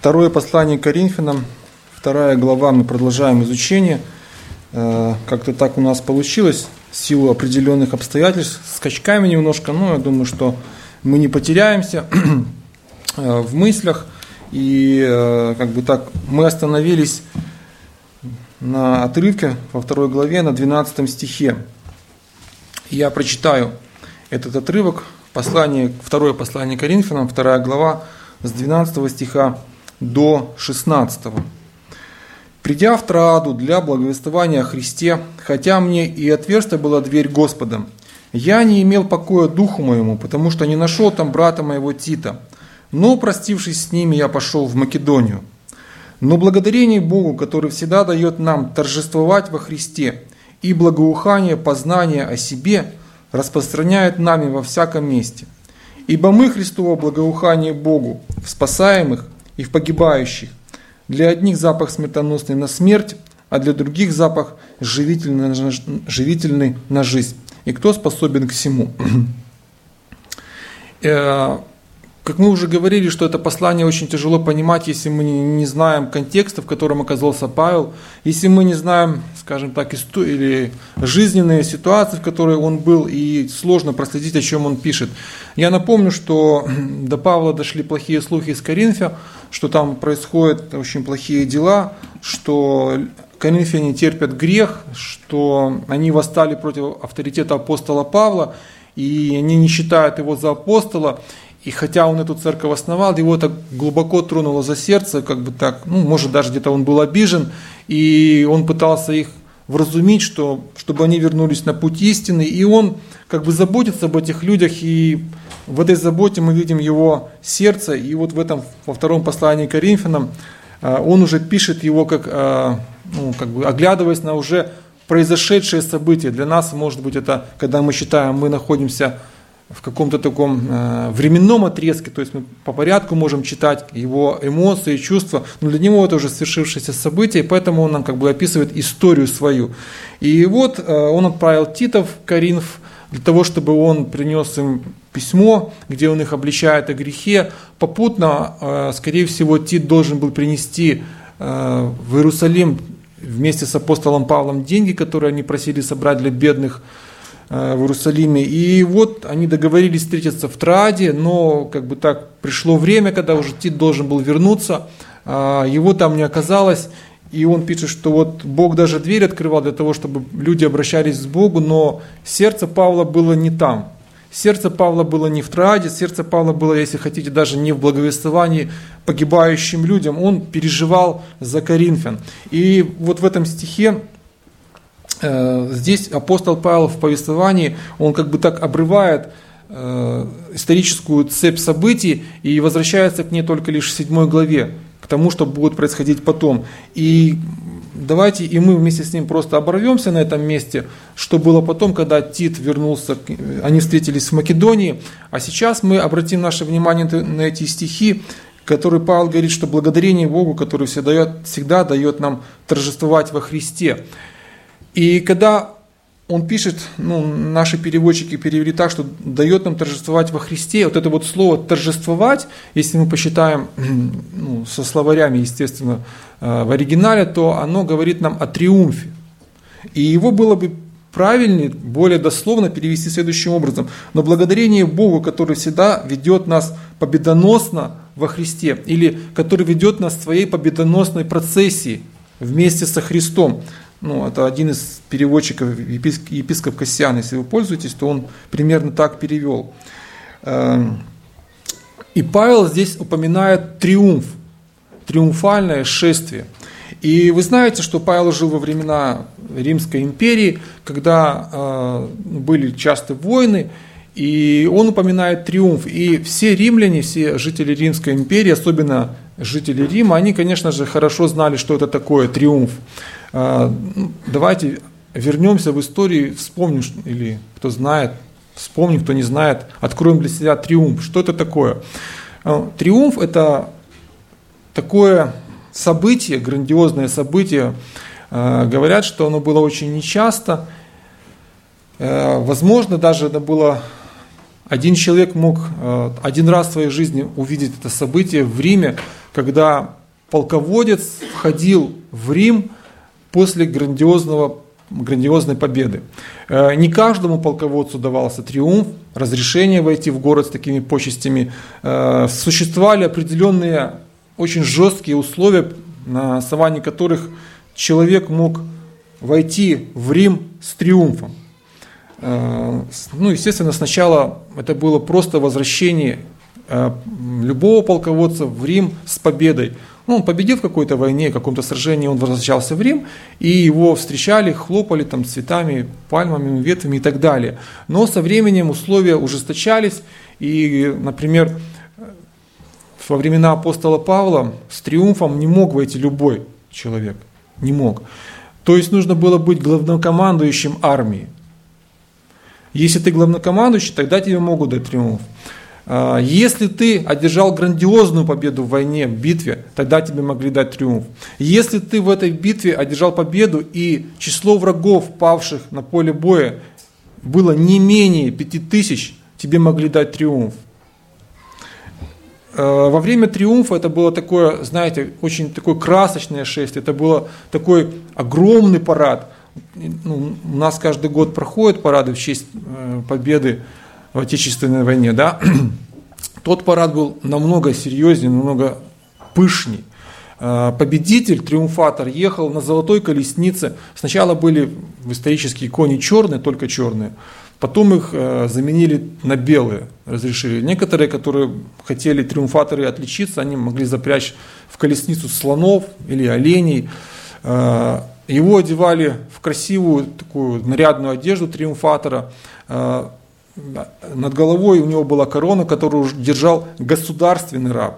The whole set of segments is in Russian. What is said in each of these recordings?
Второе послание к Коринфянам, 2 глава, мы продолжаем изучение. Как-то так у нас получилось, в силу определенных обстоятельств, скачками немножко, но я думаю, что мы не потеряемся в мыслях. И как бы так мы остановились на отрывке во 2 главе, на 12 стихе. Я прочитаю этот отрывок, второе послание к Коринфянам, 2 глава, с 12 стиха до 16. «Придя в Трааду для благовествования о Христе, хотя мне и отверста была дверь Господом, я не имел покоя духу моему, потому что не нашел там брата моего Тита. Но, простившись с ними, я пошел в Македонию. Но благодарение Богу, который всегда дает нам торжествовать во Христе, и благоухание познания о себе распространяет нами во всяком месте. Ибо мы Христово благоухание Богу в спасаемых и в погибающих. Для одних запах смертоносный на смерть, а для других запах живительный на жизнь. И кто способен к всему?» Как мы уже говорили, что это послание очень тяжело понимать, если мы не знаем контекста, в котором оказался Павел, если мы не знаем, скажем так, или жизненные ситуации, в которой он был, и сложно проследить, о чем он пишет. Я напомню, что до Павла дошли плохие слухи из Коринфа, что там происходят очень плохие дела, что коринфяне терпят грех, что они восстали против авторитета апостола Павла, и они не считают его за апостола. И хотя он эту церковь основал, его так глубоко тронуло за сердце, как бы так, может даже где-то он был обижен, и он пытался их вразумить, чтобы они вернулись на путь истины, и он как бы заботится об этих людях, и в этой заботе мы видим его сердце, и вот во втором послании к Коринфянам он уже пишет его, как бы оглядываясь на уже произошедшие события. Для нас, может быть, это, когда мы считаем, мы находимся в каком-то таком временном отрезке, то есть мы по порядку можем читать его эмоции, чувства, но для него это уже свершившееся событие, и поэтому он нам как бы описывает историю свою. И вот он отправил Тита в Коринф для того, чтобы он принес им письмо, где он их обличает о грехе. Попутно, скорее всего, Тит должен был принести в Иерусалим вместе с апостолом Павлом деньги, которые они просили собрать для бедных в Иерусалиме. И вот они договорились встретиться в Трааде, но как бы так пришло время, когда уже Тит должен был вернуться, его там не оказалось, и он пишет, что вот Бог даже дверь открывал для того, чтобы люди обращались к Богу, но сердце Павла было не там. Сердце Павла было не в Трааде, сердце Павла было, если хотите, даже не в благовествовании погибающим людям, он переживал за коринфян. И вот в этом стихе здесь апостол Павел в повествовании, он как бы так обрывает историческую цепь событий и возвращается к ней только лишь в 7 главе, к тому, что будет происходить потом. И давайте и мы вместе с ним просто оборвемся на этом месте, что было потом, когда Тит вернулся, они встретились в Македонии. А сейчас мы обратим наше внимание на эти стихи, которые Павел говорит, что благодарение Богу, который всегда дает нам торжествовать во Христе. И когда он пишет, наши переводчики перевели так, что дает нам торжествовать во Христе, вот это вот слово «торжествовать», если мы посчитаем со словарями, естественно, в оригинале, то оно говорит нам о триумфе. И его было бы правильнее, более дословно перевести следующим образом: «Но благодарение Богу, который всегда ведет нас победоносно во Христе», или «который ведет нас в своей победоносной процессии вместе со Христом». Это один из переводчиков, епископ Кассиан, если вы пользуетесь, то он примерно так перевел. И Павел здесь упоминает триумф, триумфальное шествие. И вы знаете, что Павел жил во времена Римской империи, когда были часто войны, и он упоминает триумф. И все римляне, все жители Римской империи, особенно жители Рима, они, конечно же, хорошо знали, что это такое триумф. Давайте вернемся в историю, вспомним, или кто знает, вспомним, кто не знает, откроем для себя триумф. Что это такое? Триумф – это такое событие, грандиозное событие. Говорят, что оно было очень нечасто. Возможно, даже это было один человек мог один раз в своей жизни увидеть это событие в Риме, когда полководец входил в Рим после грандиозной победы. Не каждому полководцу давался триумф, разрешение войти в город с такими почестями. Существовали определенные очень жесткие условия, на основании которых человек мог войти в Рим с триумфом. Естественно, сначала это было просто возвращение любого полководца в Рим с победой. Он победил в какой-то войне, в каком-то сражении, он возвращался в Рим, и его встречали, хлопали там цветами, пальмами, ветвями и так далее. Но со временем условия ужесточались, и, например, во времена апостола Павла с триумфом не мог войти любой человек, не мог. То есть нужно было быть главнокомандующим армии. Если ты главнокомандующий, тогда тебе могут дать триумф. Если ты одержал грандиозную победу в войне, в битве, тогда тебе могли дать триумф. Если ты в этой битве одержал победу и число врагов, павших на поле боя, было не менее 5000, тебе могли дать триумф. Во время триумфа это было такое, знаете, очень такое красочное шествие, это был такой огромный парад. У нас каждый год проходят парады в честь победы в Отечественной войне, да? Тот парад был намного серьезнее, намного пышней. Победитель, триумфатор, ехал на золотой колеснице. Сначала были исторические кони черные, только черные. Потом их заменили на белые, разрешили. Некоторые, которые хотели, триумфаторы, отличиться, они могли запрячь в колесницу слонов или оленей. Его одевали в красивую такую нарядную одежду триумфатора. Над головой у него была корона, которую держал государственный раб.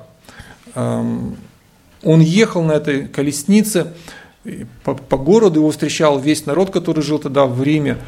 Он ехал на этой колеснице, по городу его встречал весь народ, который жил тогда в Риме.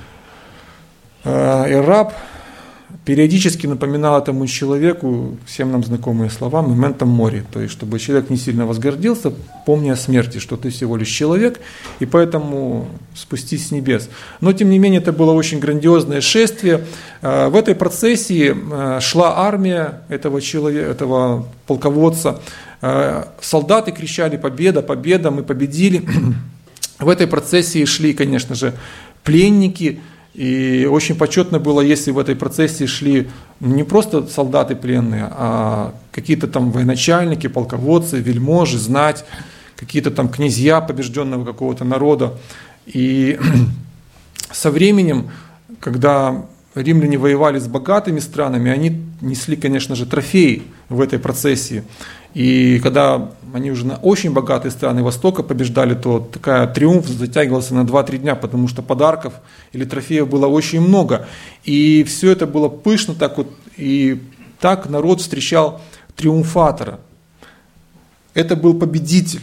И раб периодически напоминал этому человеку всем нам знакомые слова «memento mori», то есть чтобы человек не сильно возгордился, помня о смерти, что ты всего лишь человек, и поэтому спустись с небес. Но тем не менее это было очень грандиозное шествие. В этой процессии шла армия этого человека, этого полководца. Солдаты кричали «Победа! Победа! Мы победили!». В этой процессии шли, конечно же, пленники. И очень почетно было, если в этой процессии шли не просто солдаты пленные, а какие-то там военачальники, полководцы, вельможи, знать, какие-то там князья побежденного какого-то народа. И со временем, когда римляне воевали с богатыми странами, они несли, конечно же, трофеи в этой процессии. И когда они уже на очень богатые страны Востока побеждали, то триумф затягивался на 2-3 дня, потому что подарков или трофеев было очень много. И все это было пышно, и так народ встречал триумфатора. Это был победитель.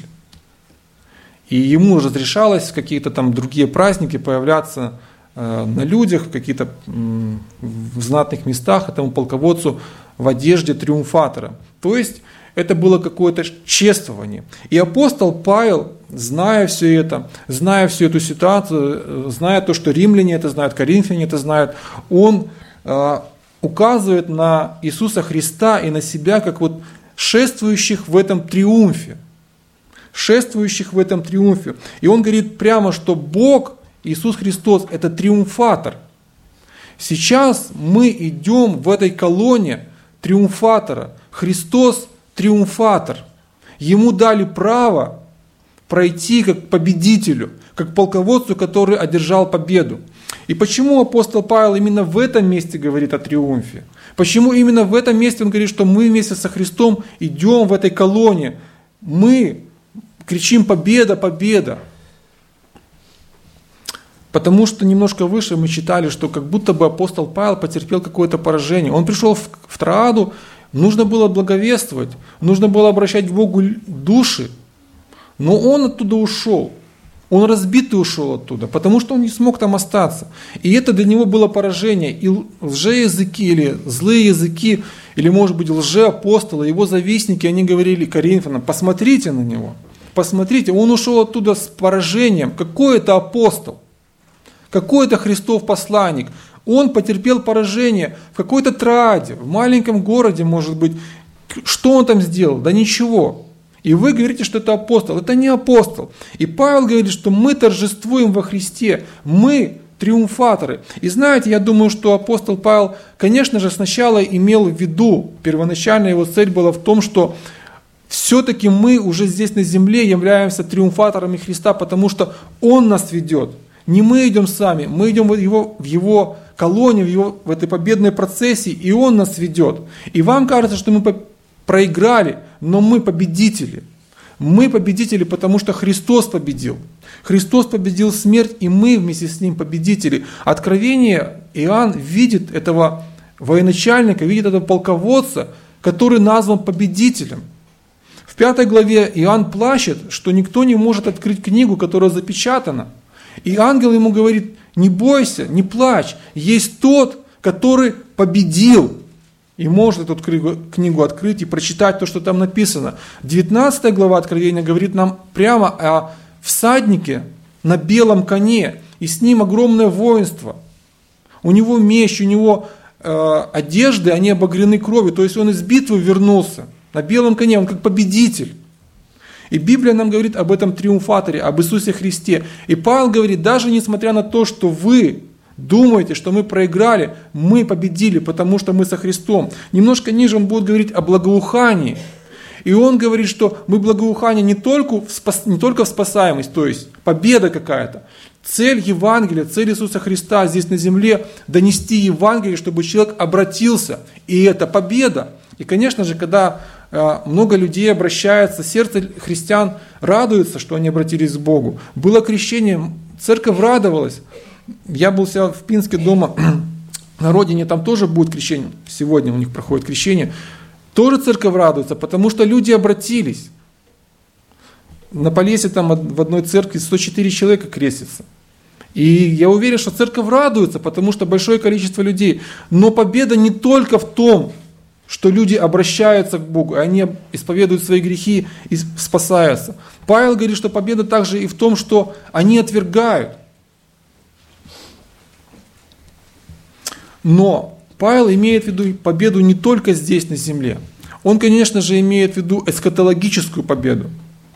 И ему разрешалось в какие-то там другие праздники появляться на людях, в каких-то в знатных местах, этому полководцу в одежде триумфатора. То есть это было какое-то чествование. И апостол Павел, зная все это, зная всю эту ситуацию, зная то, что римляне это знают, коринфяне это знают, он указывает на Иисуса Христа и на себя как вот шествующих в этом триумфе. Шествующих в этом триумфе. И он говорит прямо, что Бог, Иисус Христос, это триумфатор. Сейчас мы идем в этой колонне триумфатора. Христос триумфатор. Ему дали право пройти как победителю, как полководцу, который одержал победу. И почему апостол Павел именно в этом месте говорит о триумфе? Почему именно в этом месте он говорит, что мы вместе со Христом идем в этой колонне? Мы кричим «Победа! Победа!». Потому что немножко выше мы читали, что как будто бы апостол Павел потерпел какое-то поражение. Он пришел в Троаду, нужно было благовествовать, нужно было обращать к Богу души, но он оттуда ушел. Он разбитый ушел оттуда, потому что он не смог там остаться. И это для него было поражение. И лжеязыки или злые языки, или может быть лжеапостолы, его завистники, они говорили коринфянам: посмотрите на него, посмотрите, он ушел оттуда с поражением. Какой это апостол? Какой это Христов посланник? Он потерпел поражение в какой-то Троаде, в маленьком городе, может быть. Что он там сделал? Да ничего. И вы говорите, что это апостол. Это не апостол. И Павел говорит, что мы торжествуем во Христе. Мы триумфаторы. И знаете, я думаю, что апостол Павел, конечно же, сначала имел в виду, первоначально его цель была в том, что все-таки мы уже здесь на земле являемся триумфаторами Христа, потому что Он нас ведет. Не мы идем сами, мы идем в Его колонию, в этой победной процессии, и Он нас ведет. И вам кажется, что мы проиграли, но мы победители. Мы победители, потому что Христос победил. Христос победил смерть, и мы вместе с Ним победители. Откровение Иоанн видит этого военачальника, видит этого полководца, который назван победителем. В 5 главе Иоанн плачет, что никто не может открыть книгу, которая запечатана. И ангел ему говорит: не бойся, не плачь, есть тот, который победил. И может эту книгу открыть и прочитать то, что там написано. 19 глава Откровения говорит нам прямо о всаднике на белом коне, и с ним огромное воинство. У него меч, у него одежды, они обогрены кровью, то есть он из битвы вернулся на белом коне, он как победитель. И Библия нам говорит об этом триумфаторе, об Иисусе Христе. И Павел говорит, даже несмотря на то, что вы думаете, что мы проиграли, мы победили, потому что мы со Христом. Немножко ниже он будет говорить о благоухании. И он говорит, что мы благоухание не только в спасаемость, то есть победа какая-то. Цель Евангелия, цель Иисуса Христа здесь на земле – донести Евангелие, чтобы человек обратился. И это победа. И, конечно же, когда много людей обращается, сердце христиан радуется, что они обратились к Богу. Было крещение, церковь радовалась. Я был в Пинске дома, на родине, там тоже будет крещение. Сегодня у них проходит крещение. Тоже церковь радуется, потому что люди обратились. На Полесье там в одной церкви 104 человека крестятся. И я уверен, что церковь радуется, потому что большое количество людей. Но победа не только в том, что люди обращаются к Богу, они исповедуют свои грехи и спасаются. Павел говорит, что победа также и в том, что они отвергают. Но Павел имеет в виду победу не только здесь, на земле. Он, конечно же, имеет в виду эсхатологическую победу.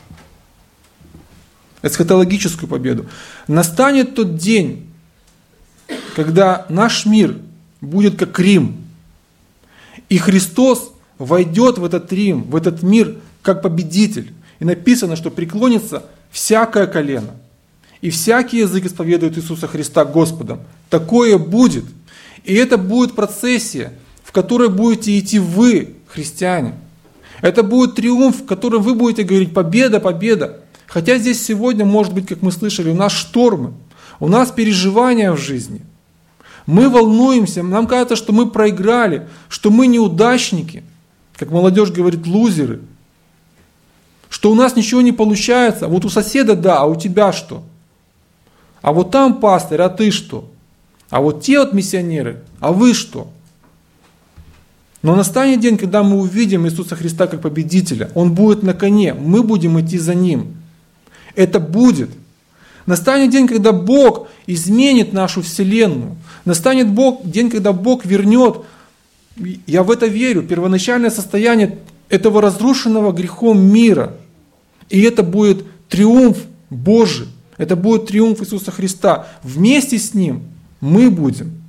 Эсхатологическую победу. Настанет тот день, когда наш мир будет как Рим. И Христос войдет в этот Рим, в этот мир, как победитель. И написано, что преклонится всякое колено. И всякий язык исповедует Иисуса Христа Господом. Такое будет. И это будет процессия, в которой будете идти вы, христиане. Это будет триумф, в котором вы будете говорить: победа, победа. Хотя здесь сегодня, может быть, как мы слышали, у нас штормы, у нас переживания в жизни. Мы волнуемся, нам кажется, что мы проиграли, что мы неудачники, как молодежь говорит, лузеры, что у нас ничего не получается. Вот у соседа да, а у тебя что? А вот там пастырь, а ты что? А вот те вот миссионеры, а вы что? Но настанет день, когда мы увидим Иисуса Христа как победителя. Он будет на коне, мы будем идти за Ним. Это будет. Настанет день, когда Бог изменит нашу вселенную. Настанет день, когда Бог вернет, я в это верю, первоначальное состояние этого разрушенного грехом мира. И это будет триумф Божий. Это будет триумф Иисуса Христа. Вместе с Ним мы будем.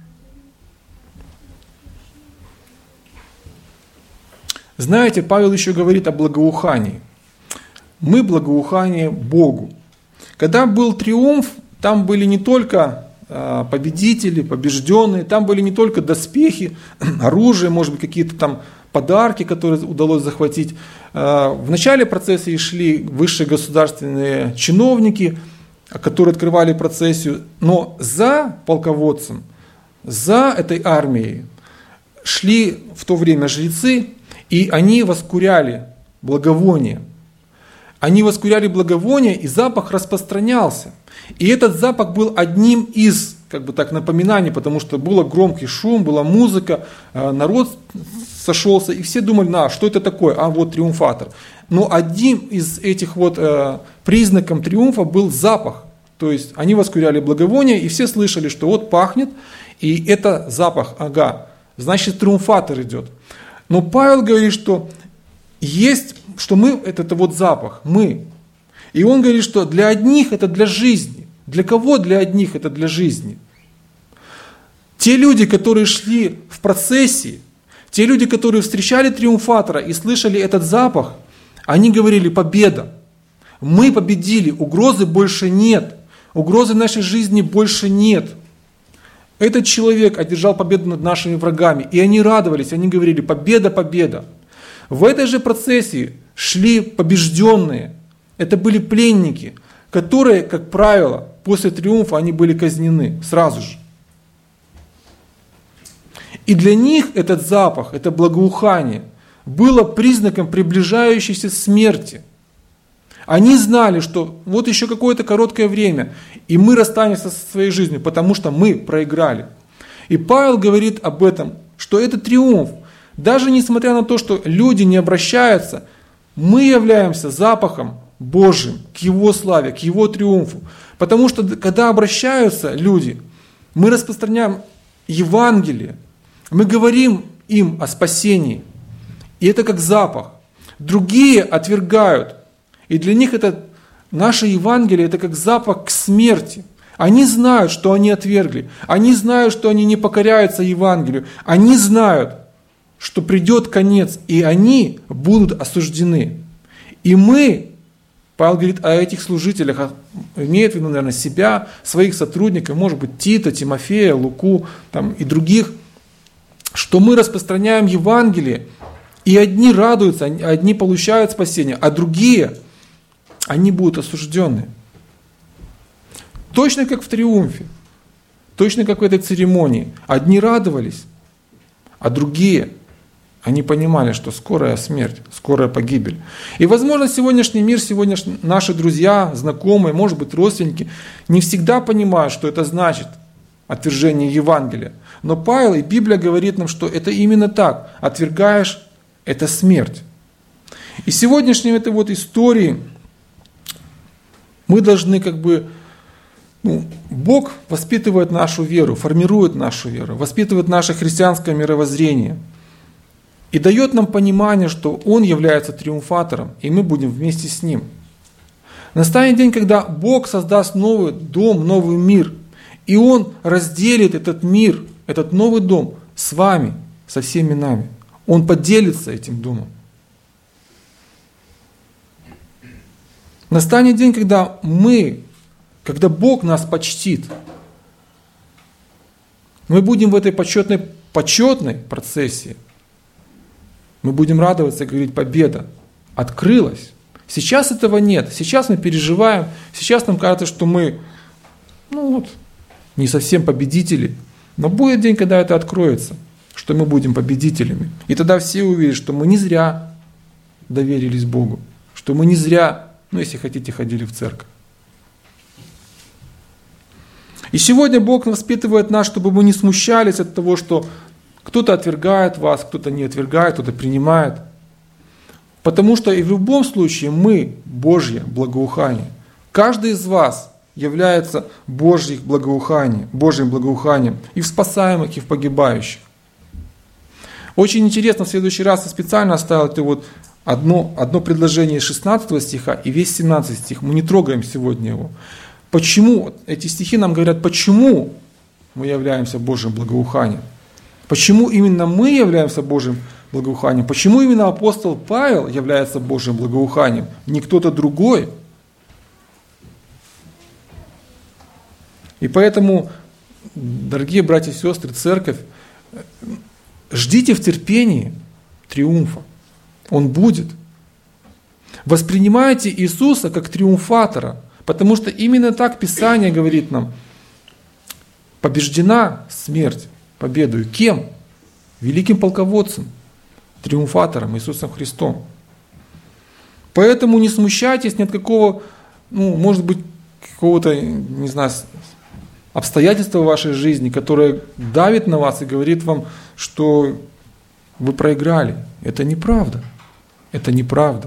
Знаете, Павел еще говорит о благоухании. Мы благоухание Богу. Когда был триумф, там были не только победители, побежденные, там были не только доспехи, оружие, может быть, какие-то там подарки, которые удалось захватить. В начале процессии шли высшие государственные чиновники, которые открывали процессию, но за полководцем, за этой армией шли в то время жрецы, и они воскуряли благовоние. Они воскуряли благовоние, и запах распространялся. И этот запах был одним из, напоминаний, потому что был громкий шум, была музыка, народ сошелся, и все думали, что это такое? А вот триумфатор. Но одним из этих признаков триумфа был запах. То есть они воскуряли благовоние, и все слышали, что вот пахнет, и это запах, значит триумфатор идет. Но Павел говорит, что есть что мы — это вот запах, мы. И он говорит, что для одних это для жизни. Для кого для одних это для жизни? Те люди, которые шли в процессии, те люди, которые встречали триумфатора и слышали этот запах, они говорили: победа. Мы победили, угрозы больше нет. Угрозы нашей жизни больше нет. Этот человек одержал победу над нашими врагами. И они радовались, они говорили: победа, победа. В этой же процессии шли побежденные. Это были пленники, которые, как правило, после триумфа они были казнены сразу же. И для них этот запах, это благоухание было признаком приближающейся смерти. Они знали, что вот еще какое-то короткое время, и мы расстанемся со своей жизнью, потому что мы проиграли. И Павел говорит об этом, что это триумф. Даже несмотря на то, что люди не обращаются, мы являемся запахом Божьим к Его славе, к Его триумфу. Потому что когда обращаются люди, мы распространяем Евангелие, мы говорим им о спасении. И это как запах. Другие отвергают. И для них это наше Евангелие, это как запах к смерти. Они знают, что они отвергли. Они знают, что они не покоряются Евангелию. Они знают, что придет конец, и они будут осуждены. И мы, Павел говорит о этих служителях, имеет в виду, наверное, себя, своих сотрудников, может быть, Тита, Тимофея, Луку и других, что мы распространяем Евангелие, и одни радуются, одни получают спасение, а другие, они будут осуждены. Точно как в триумфе, точно как в этой церемонии. Одни радовались, а другие, они понимали, что скорая смерть, скорая погибель. И, возможно, сегодняшний мир, сегодняшние наши друзья, знакомые, может быть, родственники, не всегда понимают, что это значит отвержение Евангелия. Но Павел и Библия говорит нам, что это именно так. Отвергаешь — это смерть. И сегодняшней этой вот истории мы должны Бог воспитывает нашу веру, формирует нашу веру, воспитывает наше христианское мировоззрение. И дает нам понимание, что Он является триумфатором, и мы будем вместе с Ним. Настанет день, когда Бог создаст новый дом, новый мир, и Он разделит этот мир, этот новый дом с вами, со всеми нами. Он поделится этим домом. Настанет день, когда Бог нас почтит. Мы будем в этой почетной процессии. Мы будем радоваться и говорить: победа открылась. Сейчас этого нет. Сейчас мы переживаем. Сейчас нам кажется, что мы не совсем победители. Но будет день, когда это откроется, что мы будем победителями. И тогда все увидят, что мы не зря доверились Богу. Что мы не зря, если хотите, ходили в церковь. И сегодня Бог воспитывает нас, чтобы мы не смущались от того, что кто-то отвергает вас, кто-то не отвергает, кто-то принимает. Потому что и в любом случае мы Божье благоухание. Каждый из вас является Божьим благоуханием и в спасаемых, и в погибающих. Очень интересно, в следующий раз я специально оставил это одно предложение из 16 стиха и весь 17 стих. Мы не трогаем сегодня его. Почему? Эти стихи нам говорят, почему мы являемся Божьим благоуханием. Почему именно мы являемся Божьим благоуханием? Почему именно апостол Павел является Божьим благоуханием, не кто-то другой? И поэтому, дорогие братья и сестры, церковь, ждите в терпении триумфа. Он будет. Воспринимайте Иисуса как триумфатора, потому что именно так Писание говорит нам: побеждена смерть победою. Кем? Великим полководцем, триумфатором Иисусом Христом. Поэтому не смущайтесь ни от какого, может быть, какого-то, обстоятельства в вашей жизни, которое давит на вас и говорит вам, что вы проиграли. Это неправда. Это неправда.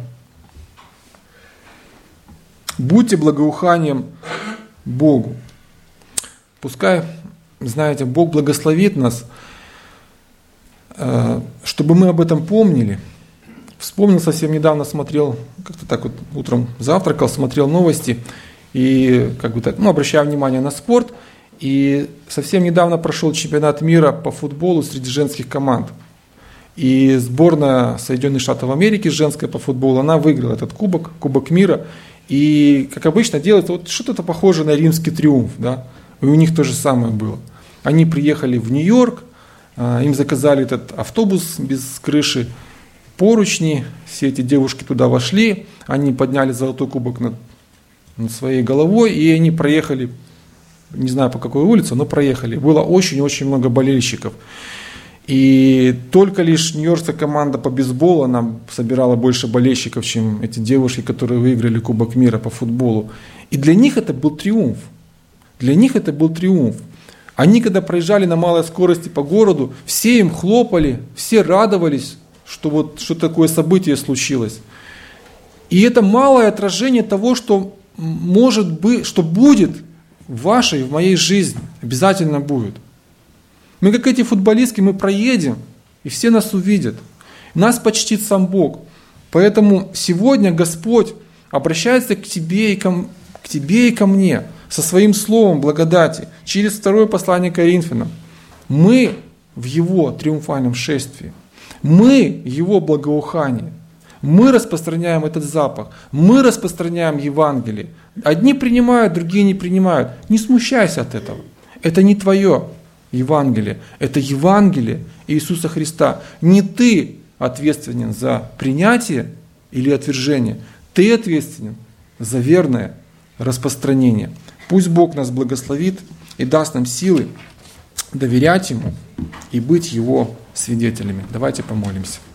Будьте благоуханием Богу. Пускай, Бог благословит нас, чтобы мы об этом помнили в вспомнил, совсем недавно смотрел, как-то так вот утром завтракал, смотрел новости и обращаю внимание на спорт. И совсем недавно прошел чемпионат мира по футболу среди женских команд. И сборная Соединенных Штатов Америки женская по футболу, она выиграла этот Кубок мира. И, как обычно, делают вот что-то похожее на римский триумф. Да? И у них то же самое было. Они приехали в Нью-Йорк, им заказали этот автобус без крыши, поручни, все эти девушки туда вошли, они подняли золотой кубок над своей головой, и они проехали, не знаю по какой улице, но проехали. Было очень-очень много болельщиков. И только лишь нью-йоркская команда по бейсболу, она собирала больше болельщиков, чем эти девушки, которые выиграли Кубок мира по футболу. И для них это был триумф. Для них это был триумф. Они, когда проезжали на малой скорости по городу, все им хлопали, все радовались, что такое событие случилось. И это малое отражение того, что может быть, что будет в вашей, в моей жизни. Обязательно будет. Мы, как эти футболистки, мы проедем, и все нас увидят. Нас почтит сам Бог. Поэтому сегодня Господь обращается к тебе и ко мне со своим словом благодати через второе послание Коринфянам. Мы в Его триумфальном шествии. Мы Его благоухание. Мы распространяем этот запах. Мы распространяем Евангелие. Одни принимают, другие не принимают. Не смущайся от этого. Это не твое Евангелие. Это Евангелие Иисуса Христа. Не ты ответственен за принятие или отвержение. Ты ответственен за верное распространение. Пусть Бог нас благословит и даст нам силы доверять Ему и быть Его свидетелями. Давайте помолимся.